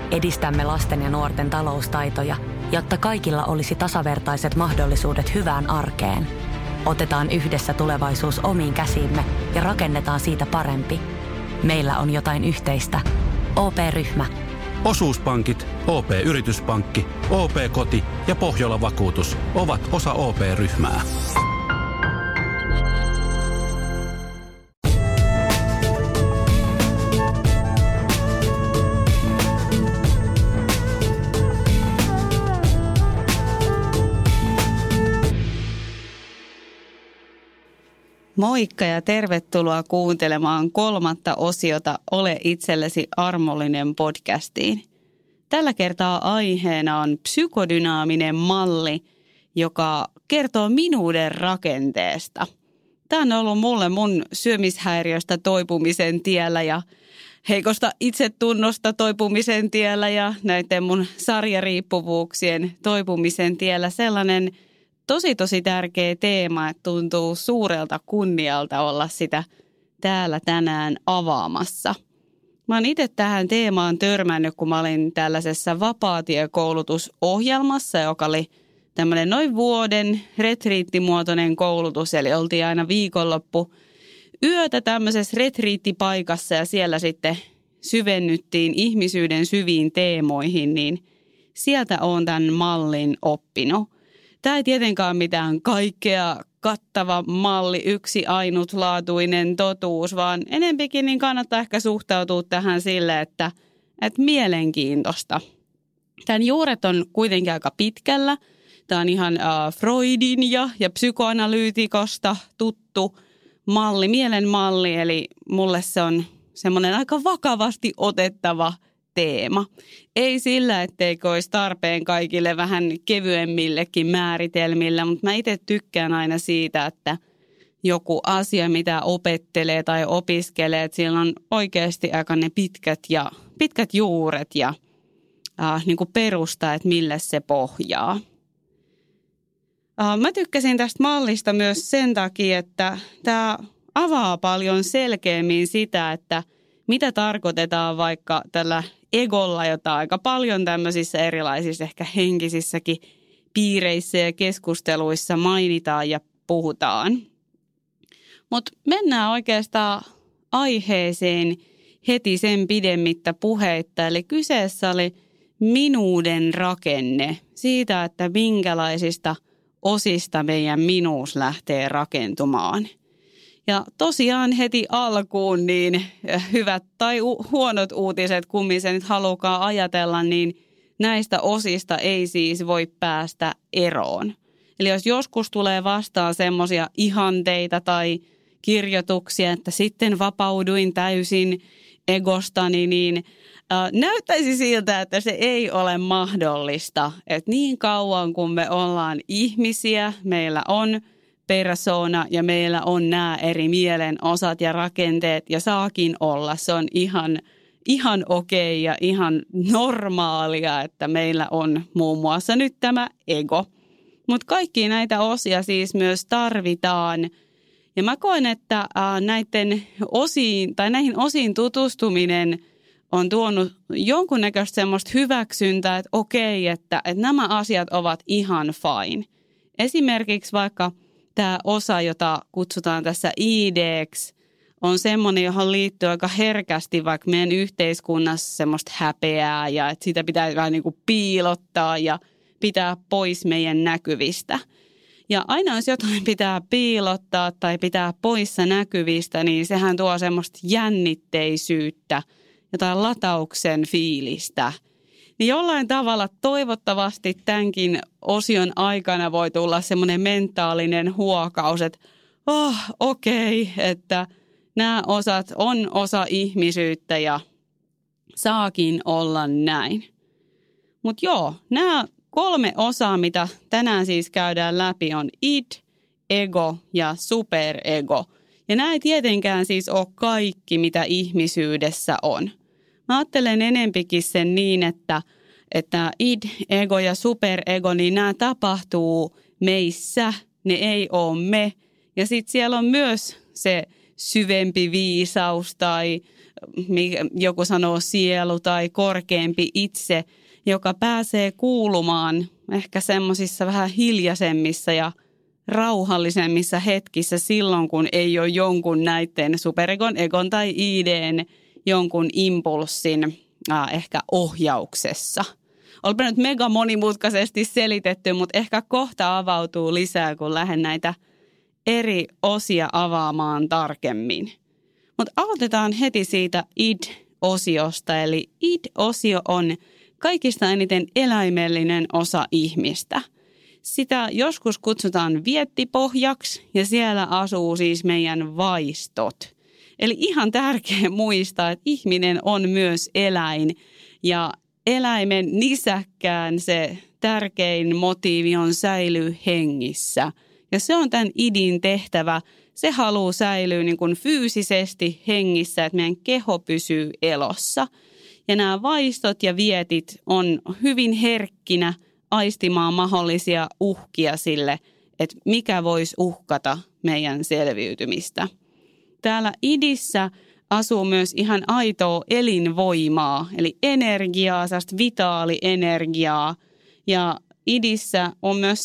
Edistämme lasten ja nuorten taloustaitoja, jotta kaikilla olisi tasavertaiset mahdollisuudet hyvään arkeen. Otetaan yhdessä tulevaisuus omiin käsiimme ja rakennetaan siitä parempi. Meillä on jotain yhteistä. OP-ryhmä. Osuuspankit, OP-yrityspankki, OP-koti ja Pohjola-vakuutus ovat osa OP-ryhmää. Moikka ja tervetuloa kuuntelemaan 3. osiota Ole itsellesi armollinen podcastiin. Tällä kertaa aiheena on psykodynaaminen malli, joka kertoo minuuden rakenteesta. Tämä on ollut mulle mun syömishäiriöstä toipumisen tiellä ja heikosta itsetunnosta toipumisen tiellä ja näiden mun sarjariippuvuuksien toipumisen tiellä sellainen tosi tärkeä teema, että tuntuu suurelta kunnialta olla sitä täällä tänään avaamassa. Mä oon itse tähän teemaan törmännyt, kun mä olin tällaisessa vapaatiekoulutusohjelmassa, joka oli tämmöinen noin vuoden retriittimuotoinen koulutus, eli oltiin aina viikonloppu yötä tämmöisessä retriittipaikassa ja siellä sitten syvennyttiin ihmisyyden syviin teemoihin, niin sieltä oon tämän mallin oppinut. Tämä ei tietenkään mitään kaikkea kattava malli, yksi ainutlaatuinen totuus, vaan enempikin niin kannattaa ehkä suhtautua tähän sille, että mielenkiintoista. Tämän juuret on kuitenkin aika pitkällä. Tämä on ihan Freudin ja psykoanalyytikosta tuttu malli, mielen malli, eli mulle se on semmoinen aika vakavasti otettava teema. Ei sillä, etteikö olisi tarpeen kaikille vähän kevyemmillekin määritelmillä, mutta mä itse tykkään aina siitä, että joku asia, mitä opettelee tai opiskelee, että siellä on oikeasti aika ne pitkät juuret ja niin kuin perusta, että mille se pohjaa. Mä tykkäsin tästä mallista myös sen takia, että tämä avaa paljon selkeämmin sitä, että mitä tarkoitetaan vaikka tällä egolla, jota aika paljon tämmöisissä erilaisissa ehkä henkisissäkin piireissä ja keskusteluissa mainitaan ja puhutaan. Mutta mennään oikeastaan aiheeseen heti sen pidemmittä puheitta. Eli kyseessä oli minuuden rakenne siitä, että minkälaisista osista meidän minuus lähtee rakentumaan. Ja tosiaan heti alkuun niin hyvät tai huonot uutiset, kummin se nyt halukaan ajatella, niin näistä osista ei siis voi päästä eroon. Eli jos joskus tulee vastaan semmoisia ihanteita tai kirjoituksia, että sitten vapauduin täysin egostani, niin näyttäisi siltä, että se ei ole mahdollista. Että niin kauan kun me ollaan ihmisiä, meillä on persoona ja meillä on nämä eri mielen osat ja rakenteet ja saakin olla. Se on ihan okei ja ihan normaalia, että meillä on muun muassa nyt tämä ego. Mutta kaikkia näitä osia siis myös tarvitaan. Ja mä koen, että näihin osiin tutustuminen on tuonut jonkunnäköistä semmoista hyväksyntää, että okei, että nämä asiat ovat ihan fine. Esimerkiksi vaikka tämä osa, jota kutsutaan tässä ID:ksi, on semmoinen, johon liittyy aika herkästi vaikka meidän yhteiskunnassa semmoista häpeää ja että sitä pitää vähän niin kuin piilottaa ja pitää pois meidän näkyvistä. Ja aina jos jotain pitää piilottaa tai pitää poissa näkyvistä, niin sehän tuo semmoista jännitteisyyttä, jotain latauksen fiilistä. Niin jollain tavalla toivottavasti tämänkin osion aikana voi tulla semmoinen mentaalinen huokaus, että että nämä osat on osa ihmisyyttä ja saakin olla näin. Mutta joo, nämä 3 osaa, mitä tänään siis käydään läpi, on id, ego ja superego. Ja nämä ei tietenkään siis ole kaikki, mitä ihmisyydessä on. Mä ajattelen enempikin sen niin, että id, ego ja superego, niin nämä tapahtuu meissä, ne ei ole me. Ja sitten siellä on myös se syvempi viisaus tai joku sanoo sielu tai korkeampi itse, joka pääsee kuulumaan ehkä semmoisissa vähän hiljaisemmissa ja rauhallisemmissa hetkissä silloin, kun ei ole jonkun näiden superegon, egon tai ID:n jonkun impulssin ehkä ohjauksessa. Olpa nyt mega monimutkaisesti selitetty, mutta ehkä kohta avautuu lisää, kun lähden näitä eri osia avaamaan tarkemmin. Mutta aloitetaan heti siitä id-osiosta, eli id-osio on kaikista eniten eläimellinen osa ihmistä. Sitä joskus kutsutaan viettipohjaksi ja siellä asuu siis meidän vaistot. Eli ihan tärkeä muistaa, että ihminen on myös eläin ja eläimen nisäkkään se tärkein motiivi on säilyä hengissä. Ja se on tämän idin tehtävä. Se haluaa säilyä niin kuin fyysisesti hengissä, että meidän keho pysyy elossa. Ja nämä vaistot ja vietit on hyvin herkkinä aistimaan mahdollisia uhkia sille, että mikä voisi uhkata meidän selviytymistä. Täällä idissä asuu myös ihan aitoa elinvoimaa, eli energiaa, sellaista vitaalienergiaa. Ja idissä on myös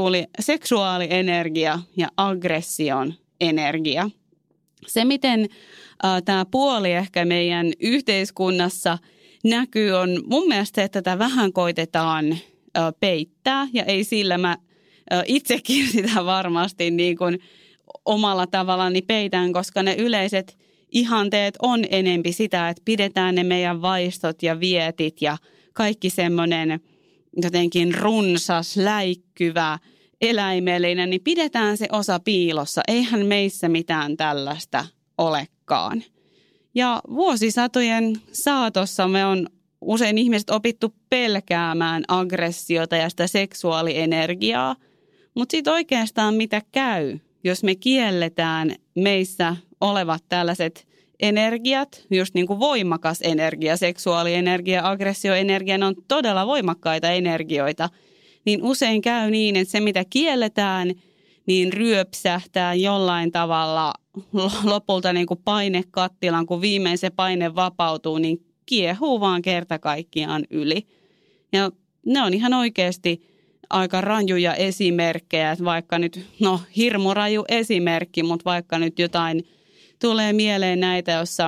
seksuaalienergia ja aggression energia. Se, miten tämä puoli ehkä meidän yhteiskunnassa näkyy, on mun mielestä, että tätä vähän koitetaan peittää. Ja ei sillä mä itsekin sitä varmasti niin kuin omalla tavallani peitän, koska ne yleiset ihanteet on enempi sitä, että pidetään ne meidän vaistot ja vietit ja kaikki semmoinen jotenkin runsas, läikkyvä, eläimellinen, niin pidetään se osa piilossa. Eihän meissä mitään tällaista olekaan. Ja vuosisatojen saatossa me on usein ihmiset opittu pelkäämään aggressiota ja sitä seksuaalienergiaa, mutta sitten oikeastaan mitä käy, jos me kielletään meissä olevat tällaiset energiat, just niin kuin voimakas energia, seksuaalienergia, aggressioenergia, ne on todella voimakkaita energioita, niin usein käy niin, että se mitä kielletään, niin ryöpsähtää jollain tavalla lopulta niin kuin painekattilan, kun viimein se paine vapautuu, niin kiehuu vaan kerta kaikkiaan yli. Ja ne on ihan oikeasti aika rajuja esimerkkejä, että vaikka nyt, hirmuraju esimerkki, mutta vaikka nyt jotain tulee mieleen näitä, jossa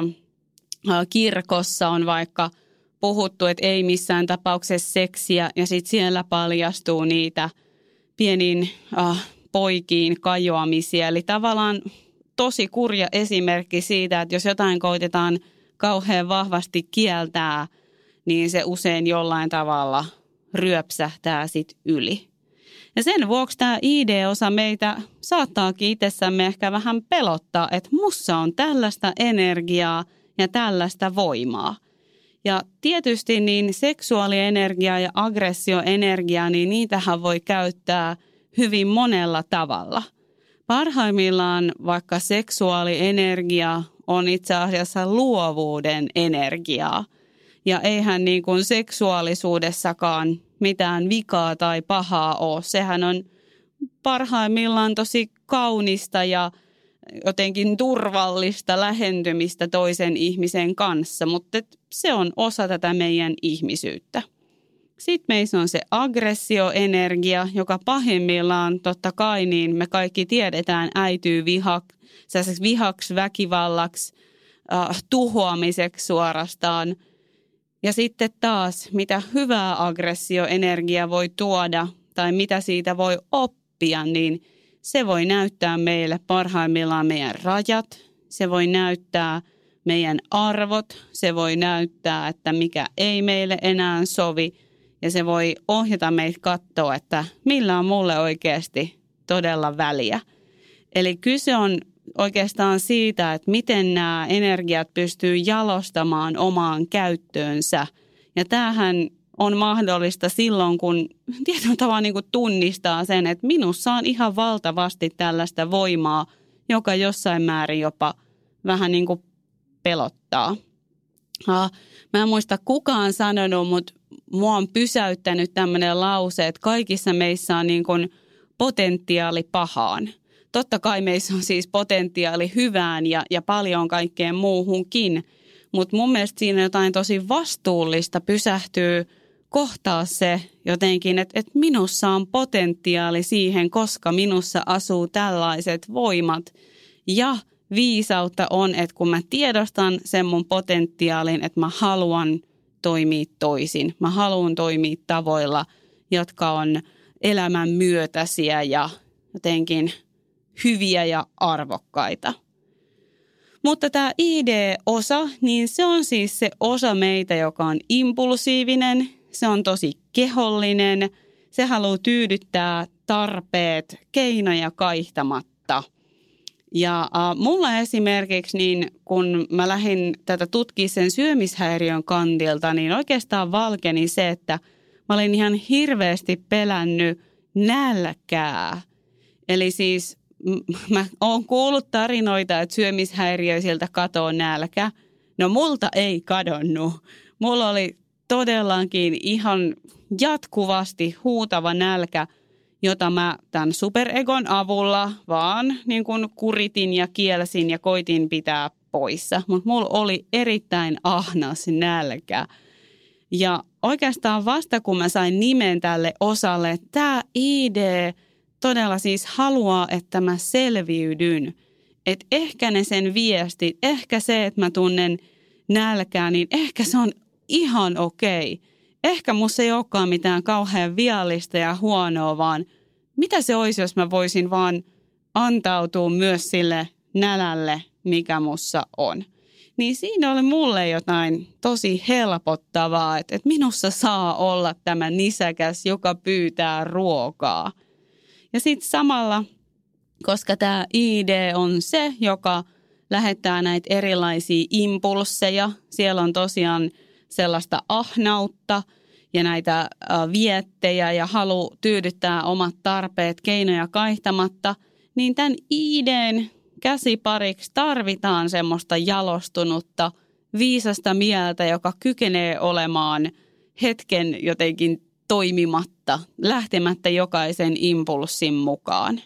kirkossa on vaikka puhuttu, että ei missään tapauksessa seksiä ja sitten siellä paljastuu niitä pieniin poikiin kajoamisia. Eli tavallaan tosi kurja esimerkki siitä, että jos jotain koitetaan kauhean vahvasti kieltää, niin se usein jollain tavalla ryöpsähtää sit yli. Ja sen vuoksi tämä ID-osa meitä saattaakin itsessämme ehkä vähän pelottaa, että mussa on tällaista energiaa ja tällaista voimaa. Ja tietysti niin seksuaalienergiaa ja aggressioenergiaa, niin niitähän voi käyttää hyvin monella tavalla. Parhaimmillaan vaikka seksuaalienergia on itse asiassa luovuuden energiaa. Ja eihän niin kuin seksuaalisuudessakaan mitään vikaa tai pahaa ole. Sehän on parhaimmillaan tosi kaunista ja jotenkin turvallista lähentymistä toisen ihmisen kanssa, mutta se on osa tätä meidän ihmisyyttä. Sitten meissä on se aggressioenergia, joka pahimmillaan totta kai niin me kaikki tiedetään äityy vihaksi, väkivallaksi, tuhoamiseksi suorastaan. Ja sitten taas, mitä hyvää aggressioenergia voi tuoda tai mitä siitä voi oppia, niin se voi näyttää meille parhaimmillaan meidän rajat, se voi näyttää meidän arvot, se voi näyttää, että mikä ei meille enää sovi ja se voi ohjata meitä katsoa, että millä on mulle oikeasti todella väliä. Eli kyse on oikeastaan siitä, että miten nämä energiat pystyy jalostamaan omaan käyttöönsä. Ja tämähän on mahdollista silloin, kun tietyllä tavalla niin kuin tunnistaa sen, että minussa on ihan valtavasti tällaista voimaa, joka jossain määrin jopa vähän niin kuin pelottaa. Mä en muista kukaan sanonut, mutta mua on pysäyttänyt tämmöinen lause, että kaikissa meissä on niin kuin potentiaali pahaan. Totta kai meissä on siis potentiaali hyvään ja paljon kaikkeen muuhunkin, Mutta mun mielestä siinä jotain tosi vastuullista pysähtyy kohtaa se jotenkin, että minussa on potentiaali siihen, koska minussa asuu tällaiset voimat. Ja viisautta on, että kun mä tiedostan sen mun potentiaalin, että mä haluan toimia toisin. Mä haluan toimia tavoilla, jotka on elämän myötäisiä ja jotenkin hyviä ja arvokkaita. Mutta tämä ID-osa, niin se on siis se osa meitä, joka on impulsiivinen, se on tosi kehollinen, se haluaa tyydyttää tarpeet keinoja kaihtamatta. Ja mulla esimerkiksi, niin kun mä lähdin tätä tutkimaan sen syömishäiriön kantilta, niin oikeastaan valkeni se, että mä olin ihan hirveästi pelännyt nälkää. Eli siis mä oon kuullut tarinoita, että syömishäiriöisiltä katoo nälkä. No multa ei kadonnut. Mulla oli todellakin ihan jatkuvasti huutava nälkä, jota mä tämän superegon avulla vaan niin kuin kuritin ja kielsin ja koitin pitää poissa. Mutta mulla oli erittäin ahnas nälkä. Ja oikeastaan vasta kun mä sain nimen tälle osalle, että tämä ID todella siis haluaa, että mä selviydyn. Että ehkä ne sen viestit, ehkä se, että mä tunnen nälkää, niin ehkä se on ihan okei. Ehkä musta ei olekaan mitään kauhean viallista ja huonoa, vaan mitä se olisi, jos mä voisin vaan antautua myös sille nälälle, mikä mussa on. Niin siinä oli mulle jotain tosi helpottavaa, että minussa saa olla tämä nisäkäs, joka pyytää ruokaa. Ja sitten samalla, koska tämä ID on se, joka lähettää näitä erilaisia impulsseja, siellä on tosiaan sellaista ahnautta ja näitä viettejä ja halu tyydyttää omat tarpeet keinoja kaihtamatta, niin tämän ID:n käsipariksi tarvitaan semmoista jalostunutta, viisasta mieltä, joka kykenee olemaan hetken jotenkin toimimatta, lähtemättä jokaisen impulssin mukaan.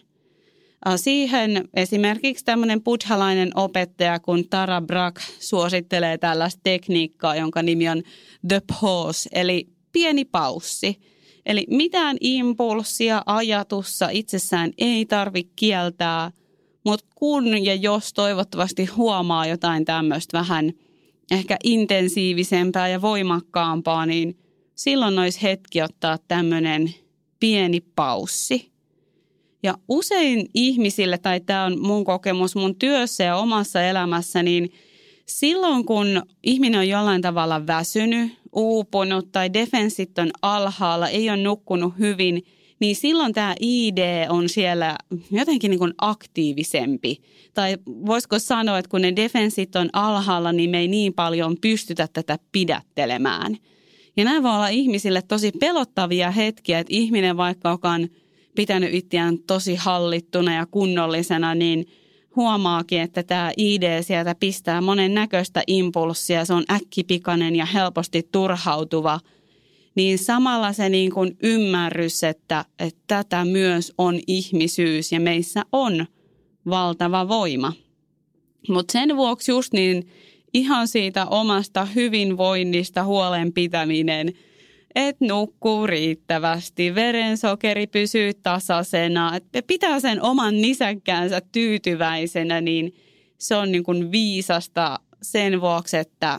Siihen esimerkiksi tämmöinen buddhalainen opettaja kuin Tara Brach suosittelee tällaista tekniikkaa, jonka nimi on the pause, eli pieni paussi. Eli mitään impulssia ajatussa itsessään ei tarvitse kieltää, mutta kun ja jos toivottavasti huomaa jotain tämmöistä vähän ehkä intensiivisempää ja voimakkaampaa, niin silloin olisi hetki ottaa tämmöinen pieni paussi. Ja usein ihmisille, tai tämä on mun kokemus mun työssä ja omassa elämässä, niin silloin kun ihminen on jollain tavalla väsynyt, uupunut tai defenssit on alhaalla, ei ole nukkunut hyvin, niin silloin tämä ID on siellä jotenkin niin kuin aktiivisempi. Tai voisiko sanoa, että kun ne defenssit on alhaalla, niin me ei niin paljon pystytä tätä pidättelemään. Ja nämä voi olla ihmisille tosi pelottavia hetkiä, että ihminen vaikka on pitänyt itseään tosi hallittuna ja kunnollisena, niin huomaakin, että tämä ID sieltä pistää monen näköistä impulssia, se on äkkipikainen ja helposti turhautuva. Niin samalla se niin kuin ymmärrys, että tätä myös on ihmisyys ja meissä on valtava voima. Mutta sen vuoksi just niin ihan siitä omasta hyvinvoinnista huolen pitäminen, että nukkuu riittävästi, verensokeri pysyy tasaisena, että pitää sen oman nisäkkäänsä tyytyväisenä, niin se on niin kuin viisasta sen vuoksi, että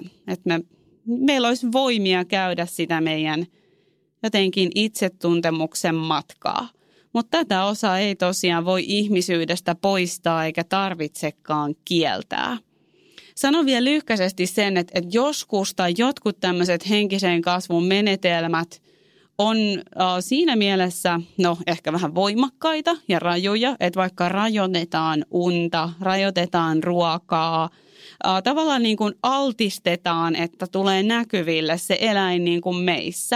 meillä olisi voimia käydä sitä meidän jotenkin itsetuntemuksen matkaa. Mutta tätä osaa ei tosiaan voi ihmisyydestä poistaa eikä tarvitsekaan kieltää. Sanon vielä lyhkäisesti sen, että joskus tai jotkut tämmöiset henkisen kasvun menetelmät on siinä mielessä ehkä vähän voimakkaita ja rajuja, että vaikka rajoitetaan unta, rajoitetaan ruokaa, tavallaan niin kuin altistetaan, että tulee näkyville se eläin niin kuin meissä.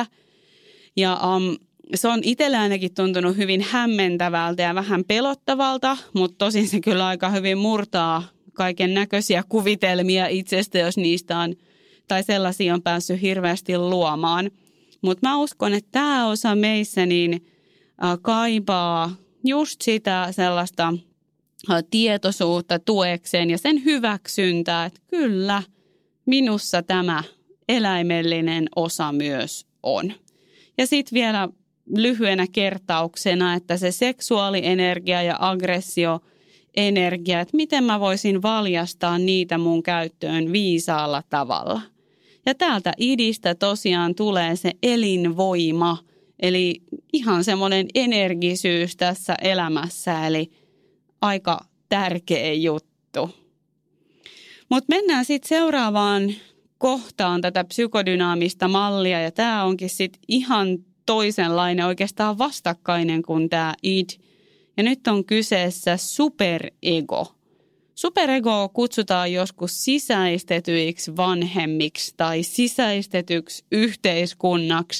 Ja se on itsellä ainakin tuntunut hyvin hämmentävältä ja vähän pelottavalta, mutta tosin se kyllä aika hyvin murtaa kaiken näköisiä kuvitelmia itsestä, jos niistä on, tai sellaisia on päässyt hirveästi luomaan. Mutta mä uskon, että tämä osa meissä niin kaipaa just sitä sellaista tietoisuutta tuekseen ja sen hyväksyntää, että kyllä, minussa tämä eläimellinen osa myös on. Ja sitten vielä lyhyenä kertauksena, että se seksuaalienergia ja aggressioenergia, että miten mä voisin valjastaa niitä mun käyttöön viisaalla tavalla. Ja täältä idistä tosiaan tulee se elinvoima, eli ihan semmoinen energisyys tässä elämässä, eli aika tärkeä juttu. Mutta mennään sitten seuraavaan kohtaan tätä psykodynaamista mallia, ja tämä onkin sitten ihan toisenlainen, oikeastaan vastakkainen kuin tämä id. Ja nyt on kyseessä superego. Superego kutsutaan joskus sisäistetyiksi vanhemmiksi tai sisäistetyksi yhteiskunnaksi.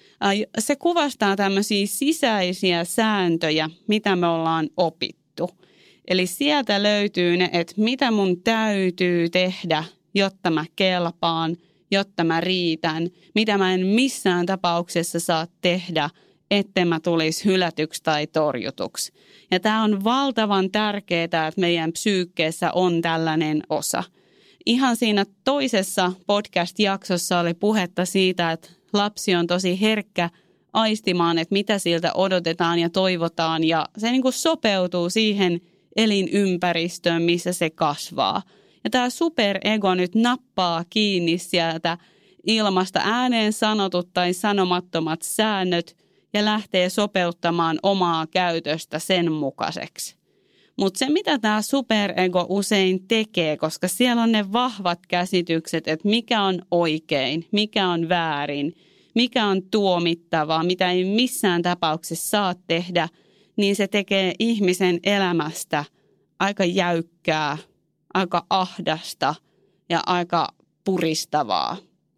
Se kuvastaa tämmöisiä sisäisiä sääntöjä, mitä me ollaan opittu. Eli sieltä löytyy ne, että mitä mun täytyy tehdä, jotta mä kelpaan, jotta mä riitän, mitä mä en missään tapauksessa saa tehdä, etten mä tulisi hylätyksi tai torjutuksi. Ja tämä on valtavan tärkeää, että meidän psyykkeessä on tällainen osa. Ihan siinä toisessa podcast-jaksossa oli puhetta siitä, että lapsi on tosi herkkä aistimaan, että mitä siltä odotetaan ja toivotaan, ja se niin kuin sopeutuu siihen elinympäristöön, missä se kasvaa. Ja tämä superego nyt nappaa kiinni sieltä ilmasta ääneen sanotut tai sanomattomat säännöt ja lähtee sopeuttamaan omaa käytöstä sen mukaiseksi. Mutta se, mitä tämä superego usein tekee, koska siellä on ne vahvat käsitykset, että mikä on oikein, mikä on väärin, mikä on tuomittavaa, mitä ei missään tapauksessa saa tehdä, niin se tekee ihmisen elämästä aika jäykkää, aika ahdasta ja aika puristavaa.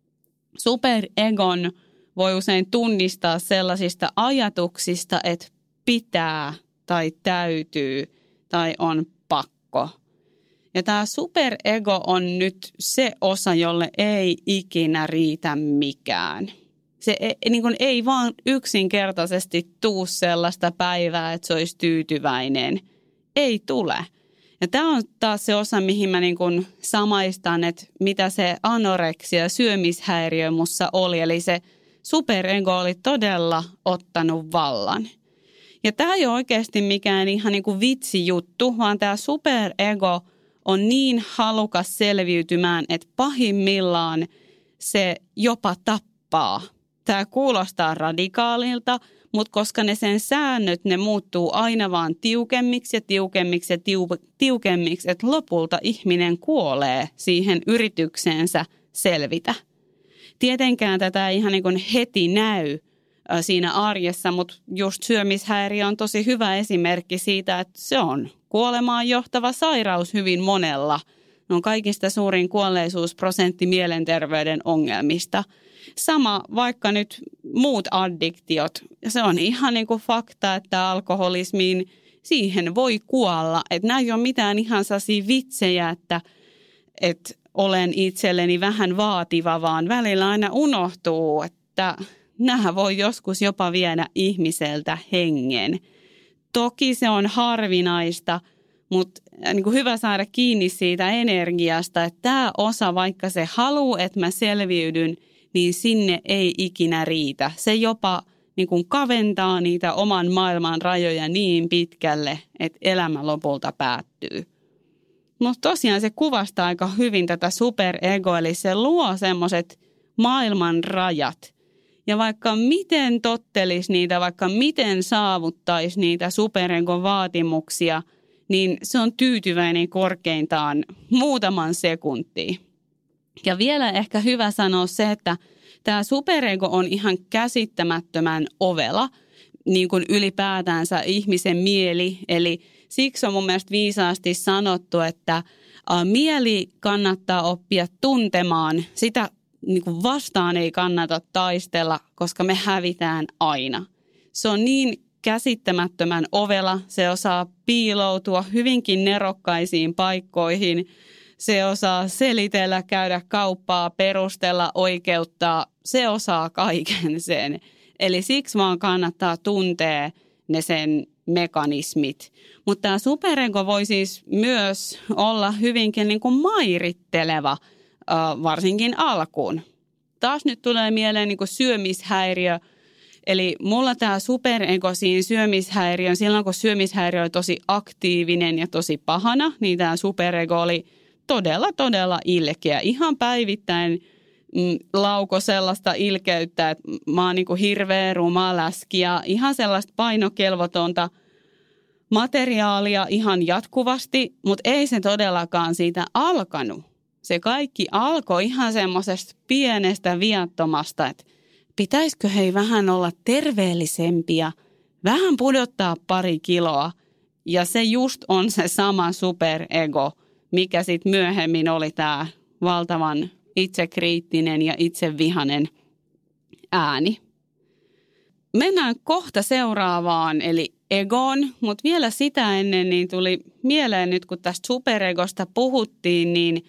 Superegon voi usein tunnistaa sellaisista ajatuksista, että pitää tai täytyy tai on pakko. Ja tämä superego on nyt se osa, jolle ei ikinä riitä mikään. Se ei vaan yksinkertaisesti tuu sellaista päivää, että se olisi tyytyväinen. Ei tule. Ja tämä on taas se osa, mihin mä samaistan, että mitä se anoreksia, syömishäiriö mussa oli. Eli se superego oli todella ottanut vallan. Ja tämä ei ole oikeasti mikään ihan vitsijuttu, vaan tämä superego on niin halukas selviytymään, että pahimmillaan se jopa tappaa. Tämä kuulostaa radikaalilta, mutta koska ne sen säännöt, ne muuttuu aina vaan tiukemmiksi ja tiukemmiksi ja tiukemmiksi, että lopulta ihminen kuolee siihen yritykseensä selvitä. Tietenkään tätä ei ihan heti näy siinä arjessa, mutta just syömishäiriö on tosi hyvä esimerkki siitä, että se on kuolemaan johtava sairaus hyvin monella. Ne on kaikista suurin kuolleisuusprosentti mielenterveyden ongelmista. Sama vaikka nyt muut addiktiot. Se on ihan fakta, että alkoholismiin siihen voi kuolla. Että nämä ei ole mitään ihan sellaisia vitsejä, että olen itselleni vähän vaativa, vaan välillä aina unohtuu, että nämä voi joskus jopa viedä ihmiseltä hengen. Toki se on harvinaista, mutta hyvä saada kiinni siitä energiasta, että tämä osa, vaikka se haluaa, että mä selviydyn, niin sinne ei ikinä riitä. Se jopa kaventaa niitä oman maailman rajoja niin pitkälle, että elämä lopulta päättyy. Mutta tosiaan se kuvastaa aika hyvin tätä superego, eli se luo semmoiset maailman rajat. Ja vaikka miten tottelisi niitä, vaikka miten saavuttaisi niitä superegon vaatimuksia, niin se on tyytyväinen korkeintaan muutaman sekuntia. Ja vielä ehkä hyvä sanoa se, että tämä superego on ihan käsittämättömän ovela, niin kuin ylipäätänsä ihmisen mieli. Eli siksi on mun mielestä viisaasti sanottu, että mieli kannattaa oppia tuntemaan. Sitä vastaan ei kannata taistella, koska me hävitään aina. Se on niin käsittämättömän ovela, se osaa piiloutua hyvinkin nerokkaisiin paikkoihin. Se osaa selitellä, käydä kauppaa, perustella, oikeuttaa. Se osaa kaiken sen. Eli siksi vaan kannattaa tuntea ne sen mekanismit. Mutta tämä superego voi siis myös olla hyvinkin mairitteleva varsinkin alkuun. Taas nyt tulee mieleen niin kuin syömishäiriö. Eli mulla tämä superego siinä syömishäiriön, silloin kun syömishäiriö oli tosi aktiivinen ja tosi pahana, niin tämä superego oli todella ilkeä. Ihan päivittäin lauko sellaista ilkeyttä, että mä oon niin kuin hirveä ruma läski ja ihan sellaista painokelvotonta materiaalia ihan jatkuvasti, mutta ei se todellakaan siitä alkanut. Se kaikki alkoi ihan semmoisesta pienestä viattomasta, että pitäisikö hei vähän olla terveellisempiä, vähän pudottaa 2 kiloa ja se just on se sama superego, mikä sitten myöhemmin oli tämä valtavan itsekriittinen ja itsevihainen ääni. Mennään kohta seuraavaan eli egoon, mutta vielä sitä ennen niin tuli mieleen nyt kun tästä superegosta puhuttiin, niin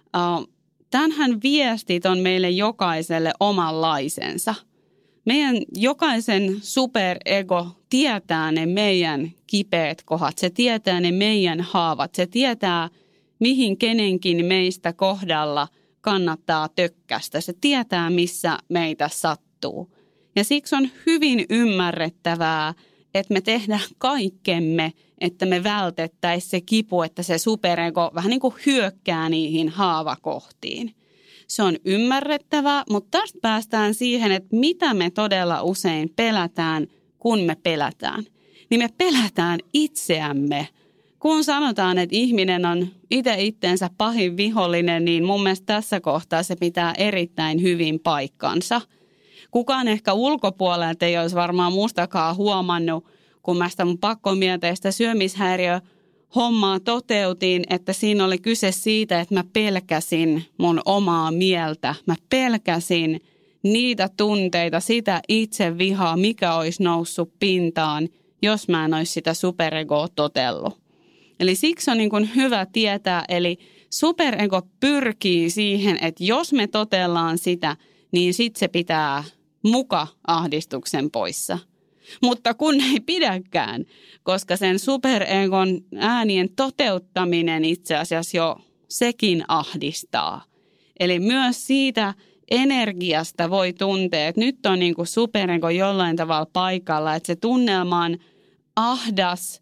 tämänhän viestit on meille jokaiselle omanlaisensa. Meidän jokaisen superego tietää ne meidän kipeät kohdat, se tietää ne meidän haavat, se tietää mihin kenenkin meistä kohdalla kannattaa tökkästä, se tietää missä meitä sattuu. Ja siksi on hyvin ymmärrettävää, että me tehdään kaikkemme, että me vältettäisiin se kipu, että se superego vähän niin kuin hyökkää niihin haavakohtiin. Se on ymmärrettävää, mutta tästä päästään siihen, että mitä me todella usein pelätään, kun me pelätään. Niin me pelätään itseämme. Kun sanotaan, että ihminen on itse itsensä pahin vihollinen, niin mun mielestä tässä kohtaa se pitää erittäin hyvin paikkansa. Kukaan ehkä ulkopuolelta ei olisi varmaan mustakaan huomannut, kun mä sitä mun pakkomieteistä syömishäiriö-hommaa toteutin, että siinä oli kyse siitä, että mä pelkäsin mun omaa mieltä. Mä pelkäsin niitä tunteita, sitä itsevihaa, mikä olisi noussut pintaan, jos mä en olisi sitä superegoa totellut. Eli siksi on niin kuin hyvä tietää, eli superego pyrkii siihen, että jos me totellaan sitä, niin sitten se pitää muka ahdistuksen poissa. Mutta kun ei pidäkään, koska sen superegon äänien toteuttaminen itse asiassa jo sekin ahdistaa. Eli myös siitä energiasta voi tuntea, että nyt on niin kuin superego jollain tavalla paikalla, että se tunnelma on ahdas,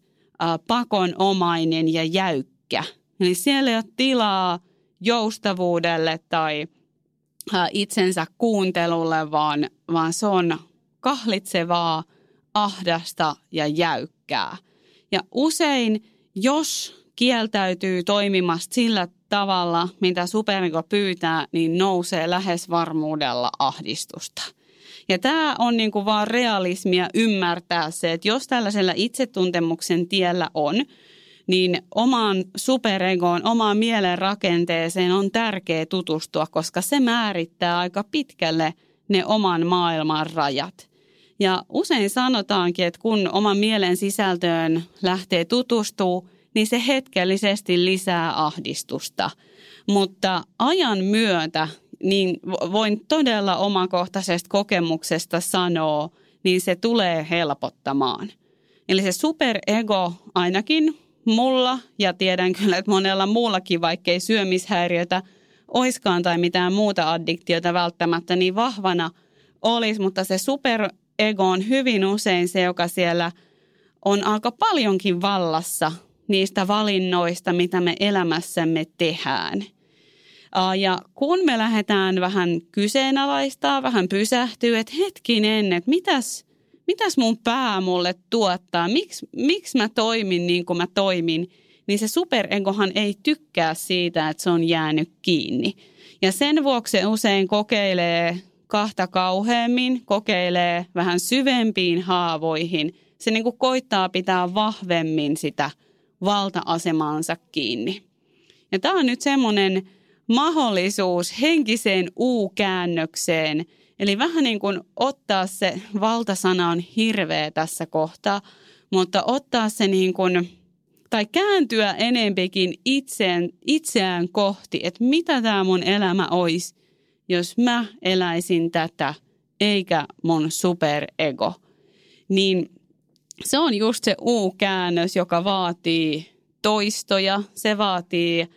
pakonomainen ja jäykkä. Eli siellä ei ole tilaa joustavuudelle tai itsensä kuuntelulle, vaan se on kahlitsevaa, ahdasta ja jäykkää. Ja usein, jos kieltäytyy toimimasta sillä tavalla, mitä superego pyytää, niin nousee lähes varmuudella ahdistusta. Ja tämä on niin kuin vaan realismia ymmärtää se, että jos tällaisella itsetuntemuksen tiellä on, niin omaan superegoon, omaan mielen rakenteeseen on tärkeää tutustua, koska se määrittää aika pitkälle ne oman maailman rajat. Ja usein sanotaankin, että kun oman mielen sisältöön lähtee tutustua, niin se hetkellisesti lisää ahdistusta. Mutta ajan myötä, niin voin todella omakohtaisesta kokemuksesta sanoa, niin se tulee helpottamaan. Eli se superego ainakin mulla, ja tiedän kyllä, että monella muullakin, vaikkei syömishäiriötä oiskaan tai mitään muuta addiktiota välttämättä niin vahvana olisi, mutta se superego on hyvin usein se, joka siellä on aika paljonkin vallassa niistä valinnoista, mitä me elämässämme tehdään. Ja kun me lähdetään vähän kyseenalaistaa, vähän pysähtyy, että hetkinen, että mitäs mun pää mulle tuottaa, miksi mä toimin niin kuin mä toimin, niin se superegohan ei tykkää siitä, että se on jäänyt kiinni. Ja sen vuoksi se usein kokeilee kahta kauheammin, kokeilee vähän syvempiin haavoihin. Se niin kuin koittaa pitää vahvemmin sitä valta-asemaansa kiinni. Ja tämä on nyt semmoinen mahdollisuus henkiseen U-käännökseen. Eli vähän niin kuin ottaa se, valtasana on hirveä tässä kohtaa, mutta ottaa se niin kuin, tai kääntyä enempikin itseään kohti, että mitä tämä mun elämä olisi, jos mä eläisin tätä, eikä mun superego. Niin se on just se U-käännös, joka vaatii toistoja, se vaatii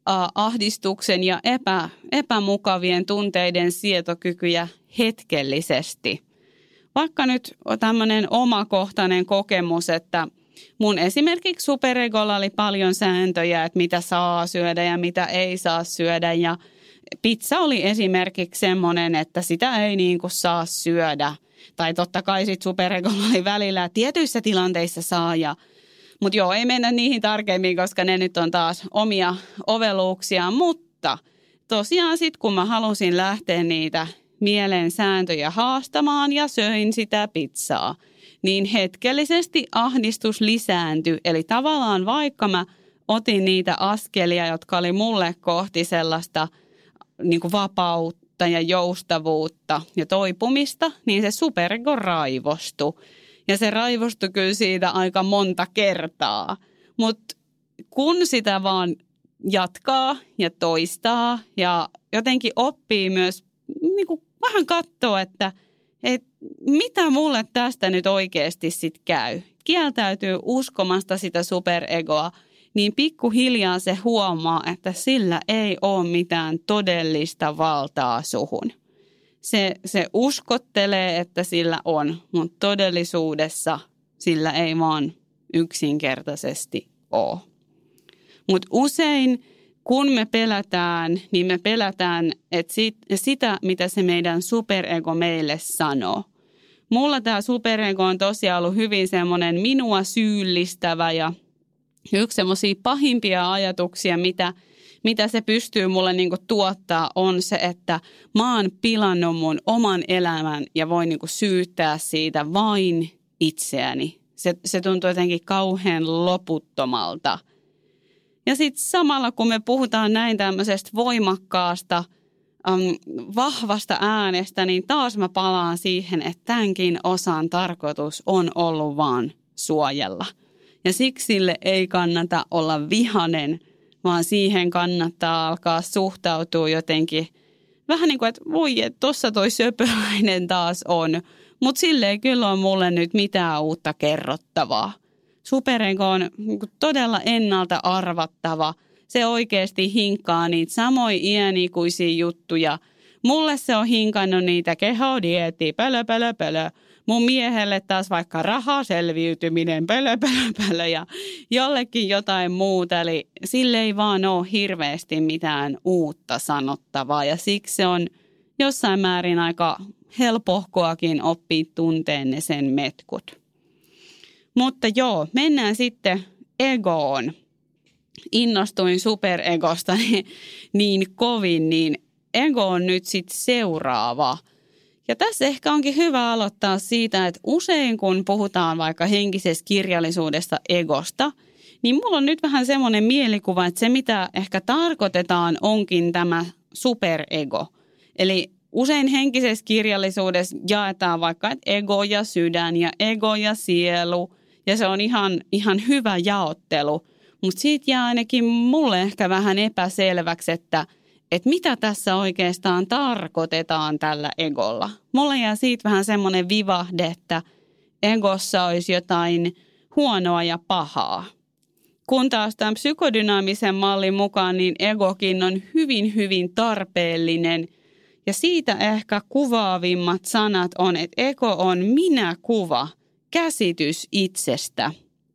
ahdistuksen ja epämukavien tunteiden sietokykyjä hetkellisesti. Vaikka nyt on tämmöinen omakohtainen kokemus, että mun esimerkiksi superegolla oli paljon sääntöjä, että mitä saa syödä ja mitä ei saa syödä. Ja pizza oli esimerkiksi semmoinen, että sitä ei niin kuin saa syödä. Tai totta kai sit superegolla oli välillä tietyissä tilanteissa saa. Mutta joo, ei mennä niihin tarkemmin, koska ne nyt on taas omia oveluuksia. Mutta tosiaan sitten kun mä halusin lähteä niitä mielen sääntöjä haastamaan ja söin sitä pizzaa, niin hetkellisesti ahdistus lisääntyi. Eli tavallaan vaikka mä otin niitä askelia, jotka oli mulle kohti sellaista niin kuin vapautta ja joustavuutta ja toipumista, niin se superego raivostui. Ja se raivostui kyllä siitä aika monta kertaa. Mutta kun sitä vaan jatkaa ja toistaa ja jotenkin oppii myös niin kuin vähän katsoa, että mitä mulle tästä nyt oikeasti sitten käy. Kieltäytyy uskomasta sitä superegoa, niin pikkuhiljaa se huomaa, että sillä ei ole mitään todellista valtaa suhun. Se uskottelee, että sillä on, mutta todellisuudessa sillä ei vaan yksinkertaisesti ole. Mutta usein kun me pelätään, niin me pelätään että sitä, mitä se meidän superego meille sanoo. Mulla tämä superego on tosiaan ollut hyvin semmoinen minua syyllistävä ja yksi semmoisia pahimpia ajatuksia, mitä se pystyy mulle niinku tuottaa, on se, että mä oon pilannut mun oman elämän ja voin niinku syyttää siitä vain itseäni. Se tuntuu jotenkin kauhean loputtomalta. Ja sitten samalla, kun me puhutaan näin tämmöisestä voimakkaasta, vahvasta äänestä, niin taas mä palaan siihen, että tämänkin osan tarkoitus on ollut vaan suojella. Ja siksi sille ei kannata olla vihainen, vaan siihen kannattaa alkaa suhtautua jotenkin vähän niin kuin, että voi, että tossa toi söpöläinen taas on, mutta sille ei kyllä ole mulle nyt mitään uutta kerrottavaa. Superego on todella ennalta arvattava. Se oikeasti hinkkaa niitä samoja iänikuisia juttuja. Mulle se on hinkannut niitä kehodieettiä, pölö. Mun miehelle taas vaikka rahaselviytyminen, pölö ja jollekin jotain muuta. Eli sille ei vaan ole hirveästi mitään uutta sanottavaa ja siksi se on jossain määrin aika helpohkoakin oppia tunteen ne sen metkut. Mutta joo, mennään sitten egoon. Innostuin superegosta niin kovin, niin ego on nyt sitten seuraava. Ja tässä ehkä onkin hyvä aloittaa siitä, että usein kun puhutaan vaikka henkisestä kirjallisuudesta egosta, niin mulla on nyt vähän semmoinen mielikuva, että se mitä ehkä tarkoitetaan onkin tämä superego. Eli usein henkisessä kirjallisuudessa jaetaan vaikka että ego ja sydän ja ego ja sielu ja se on ihan hyvä jaottelu. Mutta siitä jää ainakin mulle ehkä vähän epäselväksi, että mitä tässä oikeastaan tarkoitetaan tällä egolla. Mulle jää siitä vähän semmoinen vivahde, että egossa olisi jotain huonoa ja pahaa. Kun taas tämän psykodynaamisen mallin mukaan, niin egokin on hyvin tarpeellinen. Ja siitä ehkä kuvaavimmat sanat on, että ego on minäkuva, käsitys itsestä.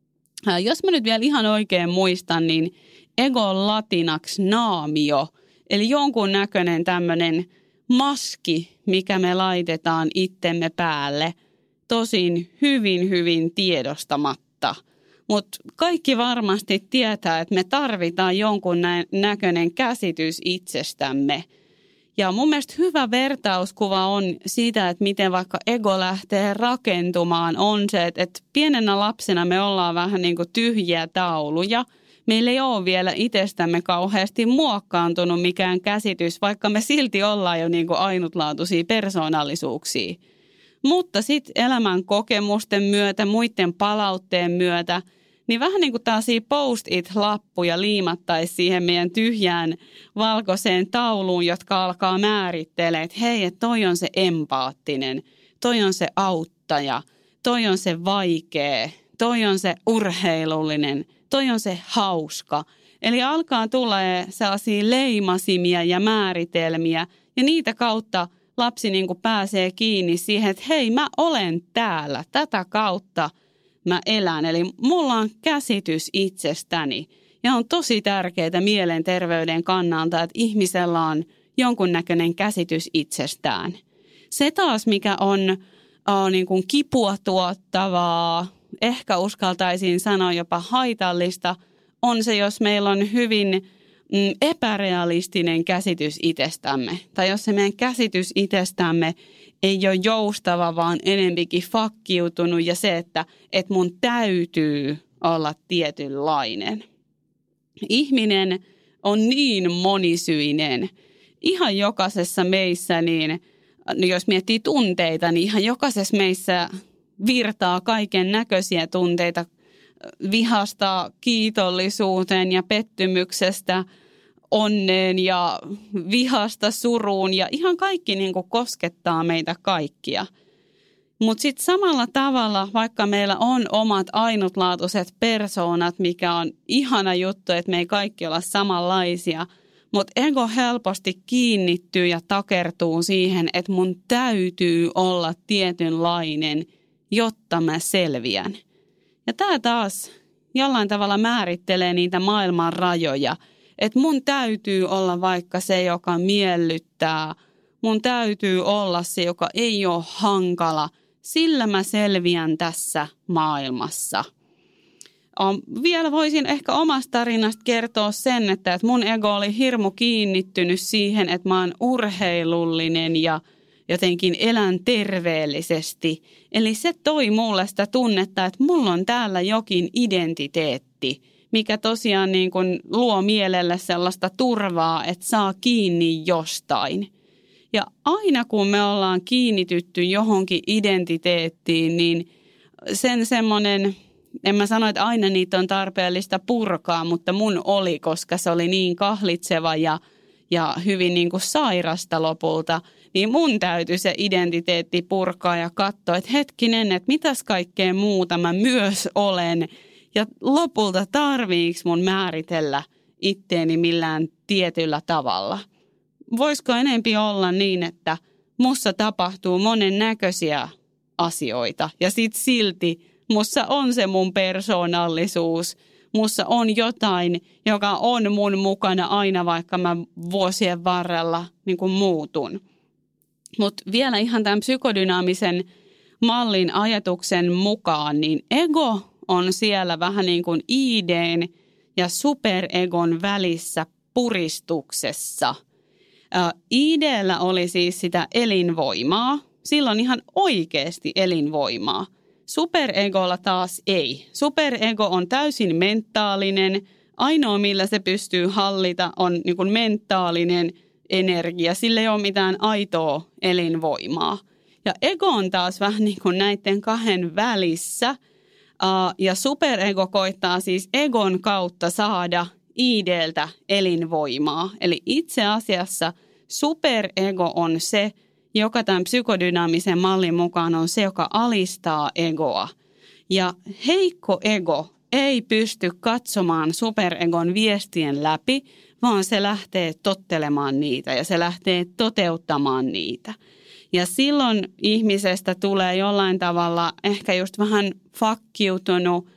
Jos mä nyt vielä ihan oikein muistan, niin ego on latinaksi naamio, eli jonkun näköinen tämmöinen maski, mikä me laitetaan itsemme päälle, tosin hyvin tiedostamatta. Mutta kaikki varmasti tietää, että me tarvitaan jonkun näköinen käsitys itsestämme. Ja mun mielestä hyvä vertauskuva on siitä, että miten vaikka ego lähtee rakentumaan, on se, että pienenä lapsena me ollaan vähän niin kuin tyhjiä tauluja. Meillä ei ole vielä itsestämme kauheasti muokkaantunut mikään käsitys, vaikka me silti ollaan jo niin kuin ainutlaatuisia persoonallisuuksia. Mutta sitten elämän kokemusten myötä, muiden palautteen myötä, niin vähän niin kuin tällaisia post-it-lappuja liimattaisiin siihen meidän tyhjään valkoiseen tauluun, jotka alkaa määrittelemään, että hei, että toi on se empaattinen, toi on se auttaja, toi on se vaikea, toi on se urheilullinen, toi on se hauska. Eli alkaa tulla sellaisia leimasimia ja määritelmiä ja niitä kautta lapsi niin kuin pääsee kiinni siihen, että hei, mä olen täällä, tätä kautta mä elän. Eli mulla on käsitys itsestäni ja on tosi tärkeää mielenterveyden kannalta, että ihmisellä on jonkunnäköinen käsitys itsestään. Se taas, mikä on niin kuin kipua tuottavaa, ehkä uskaltaisin sanoa jopa haitallista, on se, jos meillä on hyvin epärealistinen käsitys itsestämme. Tai jos se meidän käsitys itsestämme ei ole joustava, vaan enempikin fakkiutunut ja se, että mun täytyy olla tietynlainen. Ihminen on niin monisyinen. Ihan jokaisessa meissä, niin jos miettii tunteita, niin ihan jokaisessa meissä virtaa kaiken näköisiä tunteita vihasta kiitollisuuteen ja pettymyksestä onneen ja vihasta suruun ja ihan kaikki niin kuin koskettaa meitä kaikkia. Mutta sitten samalla tavalla, vaikka meillä on omat ainutlaatuiset persoonat, mikä on ihana juttu, että me ei kaikki olla samanlaisia, mutta ego helposti kiinnittyy ja takertuu siihen, että mun täytyy olla tietynlainen, jotta mä selviän. Ja tämä taas jollain tavalla määrittelee niitä maailman rajoja, että mun täytyy olla vaikka se, joka miellyttää. Mun täytyy olla se, joka ei ole hankala, sillä mä selviän tässä maailmassa. Vielä voisin ehkä omasta tarinasta kertoa sen, että mun ego oli hirmu kiinnittynyt siihen, että mä oon urheilullinen ja jotenkin elän terveellisesti. Eli se toi mulle sitä tunnetta, että mulla on täällä jokin identiteetti, mikä tosiaan niin kuin luo mielelle sellaista turvaa, että saa kiinni jostain. Ja aina kun me ollaan kiinnitytty johonkin identiteettiin, niin sen semmoinen, en mä sano, että aina niitä on tarpeellista purkaa, mutta mun oli, koska se oli niin kahlitseva ja hyvin niin kuin sairasta lopulta, niin mun täytyy se identiteetti purkaa ja katsoa, että hetkinen, että mitäs kaikkea muuta mä myös olen. Ja lopulta tarviiks mun määritellä itteeni millään tietyllä tavalla. Voisiko enempi olla niin, että mussa tapahtuu monen näköisiä asioita ja sit silti mussa on se mun persoonallisuus. Mussa on jotain, joka on mun mukana aina, vaikka mä vuosien varrella niin kuin muutun. Mutta vielä ihan tämän psykodynaamisen mallin ajatuksen mukaan, niin ego on siellä vähän niin kuin ideen ja superegon välissä puristuksessa. Ideellä oli siis sitä elinvoimaa, silloin ihan oikeasti elinvoimaa. Superegolla taas ei. Superego on täysin mentaalinen. Ainoa, millä se pystyy hallita, on niin kuin mentaalinen energia. Sillä ei ole mitään aitoa elinvoimaa. Ja ego on taas vähän niin kuin näiden kahden välissä. Ja superego koittaa siis egon kautta saada ideeltä elinvoimaa. Eli itse asiassa superego on se, joka tämän psykodynaamisen mallin mukaan on se, joka alistaa egoa. Ja heikko ego ei pysty katsomaan superegon viestien läpi, vaan se lähtee tottelemaan niitä ja se lähtee toteuttamaan niitä. Ja silloin ihmisestä tulee jollain tavalla ehkä just vähän fakkiutunut,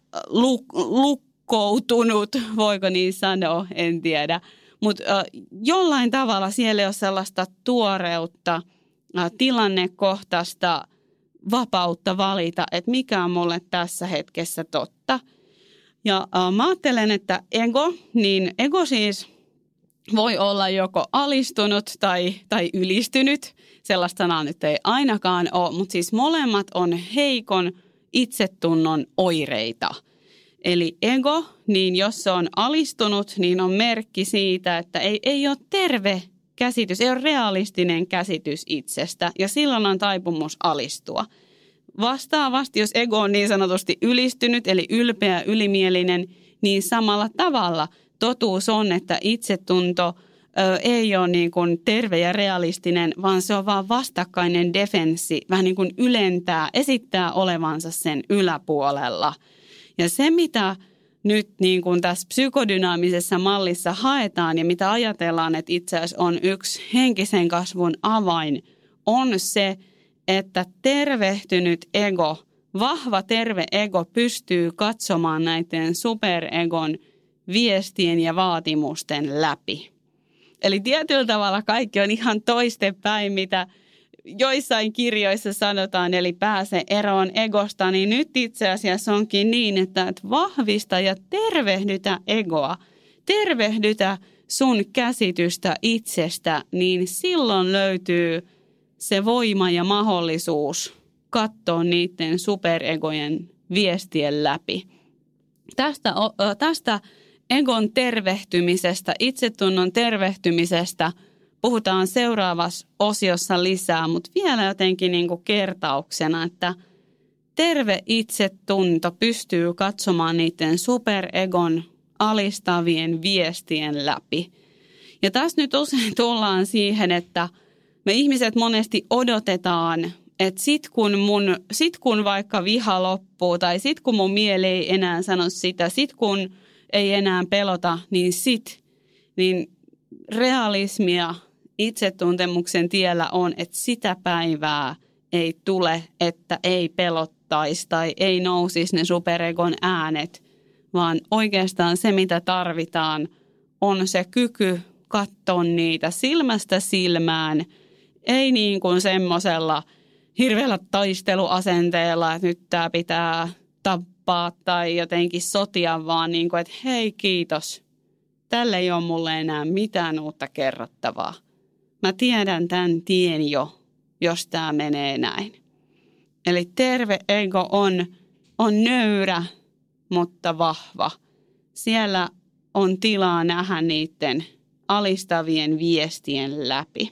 lukkoutunut, voiko niin sanoa, en tiedä. Mutta jollain tavalla siellä ei ole sellaista tuoreutta, tilannekohtaista vapautta valita, että mikä on mulle tässä hetkessä totta. Ja mä ajattelen, että ego siis voi olla joko alistunut tai ylistynyt. Sellaista sanaa nyt ei ainakaan ole, mutta siis molemmat on heikon itsetunnon oireita. Eli ego, niin jos se on alistunut, niin on merkki siitä, että ei ole terve käsitys, ei ole realistinen käsitys itsestä ja silloin on taipumus alistua. Vastaavasti, jos ego on niin sanotusti ylistynyt, eli ylpeä, ylimielinen, niin samalla tavalla totuus on, että itsetunto ei ole niin kuin terve ja realistinen, vaan se on vaan vastakkainen defenssi, vähän niin kuin ylentää, esittää olevansa sen yläpuolella. Ja se, mitä nyt niin kuin tässä psykodynaamisessa mallissa haetaan ja mitä ajatellaan, että itse asiassa on yksi henkisen kasvun avain, on se, että tervehtynyt ego, vahva terve ego pystyy katsomaan näiden superegon viestien ja vaatimusten läpi. Eli tietyllä tavalla kaikki on ihan toistepäin, mitä joissain kirjoissa sanotaan, eli pääse eroon egosta, niin nyt itse asiassa onkin niin, että vahvista ja tervehdytä egoa, tervehdytä sun käsitystä itsestä, niin silloin löytyy se voima ja mahdollisuus katsoa niiden superegojen viestien läpi. Tästä egon tervehtymisestä, itsetunnon tervehtymisestä puhutaan seuraavassa osiossa lisää, mutta vielä jotenkin niin kuin kertauksena, että terve itsetunto pystyy katsomaan niiden superegon alistavien viestien läpi. Ja tässä nyt usein tullaan siihen, että me ihmiset monesti odotetaan, että sit kun vaikka viha loppuu tai sit kun mun mieli ei enää sano sitä, sit kun ei enää pelota, niin realismia itsetuntemuksen tiellä on, että sitä päivää ei tule, että ei pelottaisi tai ei nousisi ne superegon äänet, vaan oikeastaan se, mitä tarvitaan, on se kyky katsoa niitä silmästä silmään, ei niin kuin semmoisella hirveällä taisteluasenteella, että nyt tämä pitää tappaa tai jotenkin sotia, vaan niin kuin, että hei kiitos, tälle ei ole mulle enää mitään uutta kerrottavaa. Mä tiedän tämän tien jo, jos tämä menee näin. Eli terve ego on nöyrä, mutta vahva. Siellä on tilaa nähdä niiden alistavien viestien läpi.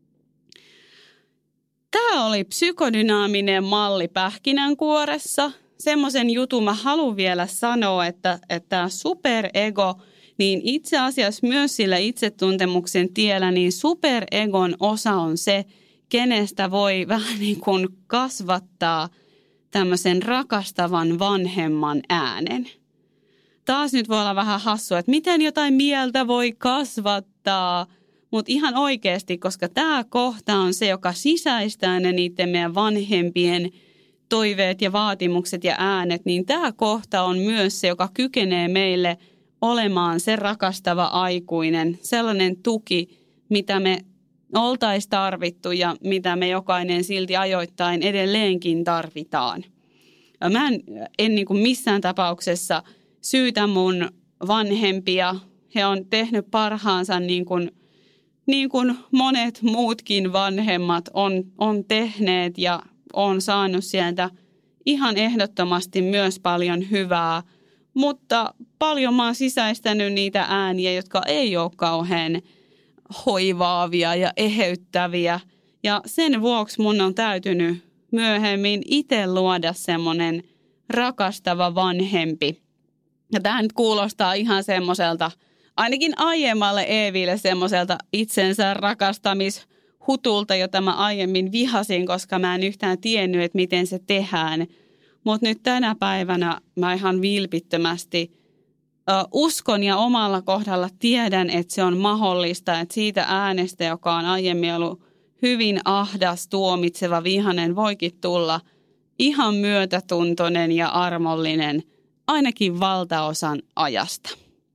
Tämä oli psykodynaaminen malli pähkinänkuoressa. Semmoisen jutun mä haluan vielä sanoa, että tämä superego, niin itse asiassa myös sillä itsetuntemuksen tiellä, niin superegon osa on se, kenestä voi vähän niin kuin kasvattaa tämmöisen rakastavan vanhemman äänen. Taas nyt voi olla vähän hassua, että miten jotain mieltä voi kasvattaa, mutta ihan oikeasti, koska tämä kohta on se, joka sisäistää ne niiden meidän vanhempien toiveet ja vaatimukset ja äänet, niin tämä kohta on myös se, joka kykenee meille olemaan se rakastava aikuinen, sellainen tuki, mitä me oltaisiin tarvittu ja mitä me jokainen silti ajoittain edelleenkin tarvitaan. Mä en niin kuin missään tapauksessa syytä mun vanhempia. He on tehnyt parhaansa niin kuin monet muutkin vanhemmat on tehneet ja on saanut sieltä ihan ehdottomasti myös paljon hyvää. Mutta paljon mä oon sisäistänyt niitä ääniä, jotka ei ole kauhean hoivaavia ja eheyttäviä. Ja sen vuoksi mun on täytynyt myöhemmin itse luoda semmoinen rakastava vanhempi. Ja tämä nyt kuulostaa ihan semmoiselta, ainakin aiemmalle Eeville semmoiselta itsensä rakastamishutulta, jota mä aiemmin vihasin, koska mä en yhtään tiennyt, että miten se tehdään. Mutta nyt tänä päivänä mä ihan vilpittömästi uskon ja omalla kohdalla tiedän, että se on mahdollista, että siitä äänestä, joka on aiemmin ollut hyvin ahdas, tuomitseva, vihainen, voikin tulla ihan myötätuntoinen ja armollinen ainakin valtaosan ajasta.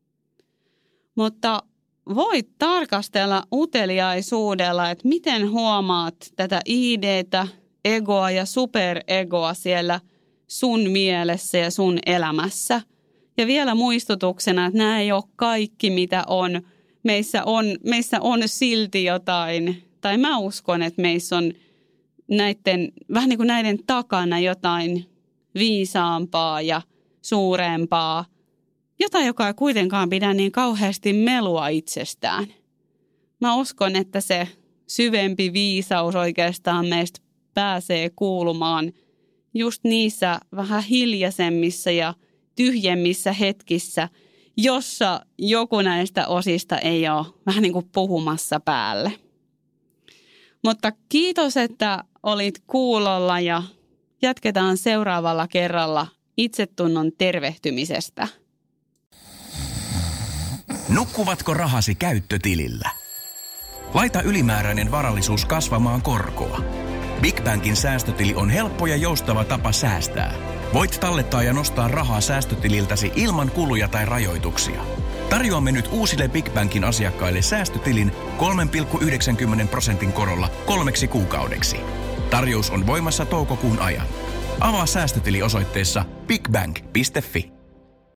Mutta voit tarkastella uteliaisuudella, että miten huomaat tätä ideetä, egoa ja superegoa siellä sun mielessä ja sun elämässä. Ja vielä muistutuksena, että nämä ei ole kaikki, mitä on. Meissä on silti jotain, tai mä uskon, että meissä on vähän niin kuin näiden takana jotain viisaampaa ja suurempaa. Jotain, joka ei kuitenkaan pidä niin kauheasti melua itsestään. Mä uskon, että se syvempi viisaus oikeastaan meistä pääsee kuulumaan just niissä vähän hiljaisemmissa ja tyhjemmissä hetkissä, jossa joku näistä osista ei ole vähän niin kuin puhumassa päälle. Mutta kiitos, että olit kuulolla ja jatketaan seuraavalla kerralla itsetunnon tervehtymisestä. Nukkuvatko rahasi käyttötilillä? Laita ylimääräinen varallisuus kasvamaan korkoa. Big Bankin säästötili on helppo ja joustava tapa säästää. Voit tallettaa ja nostaa rahaa säästötililtäsi ilman kuluja tai rajoituksia. Tarjoamme nyt uusille Big Bankin asiakkaille säästötilin 3,90% korolla 3 kuukaudeksi. Tarjous on voimassa toukokuun ajan. Avaa säästötili osoitteessa bigbank.fi.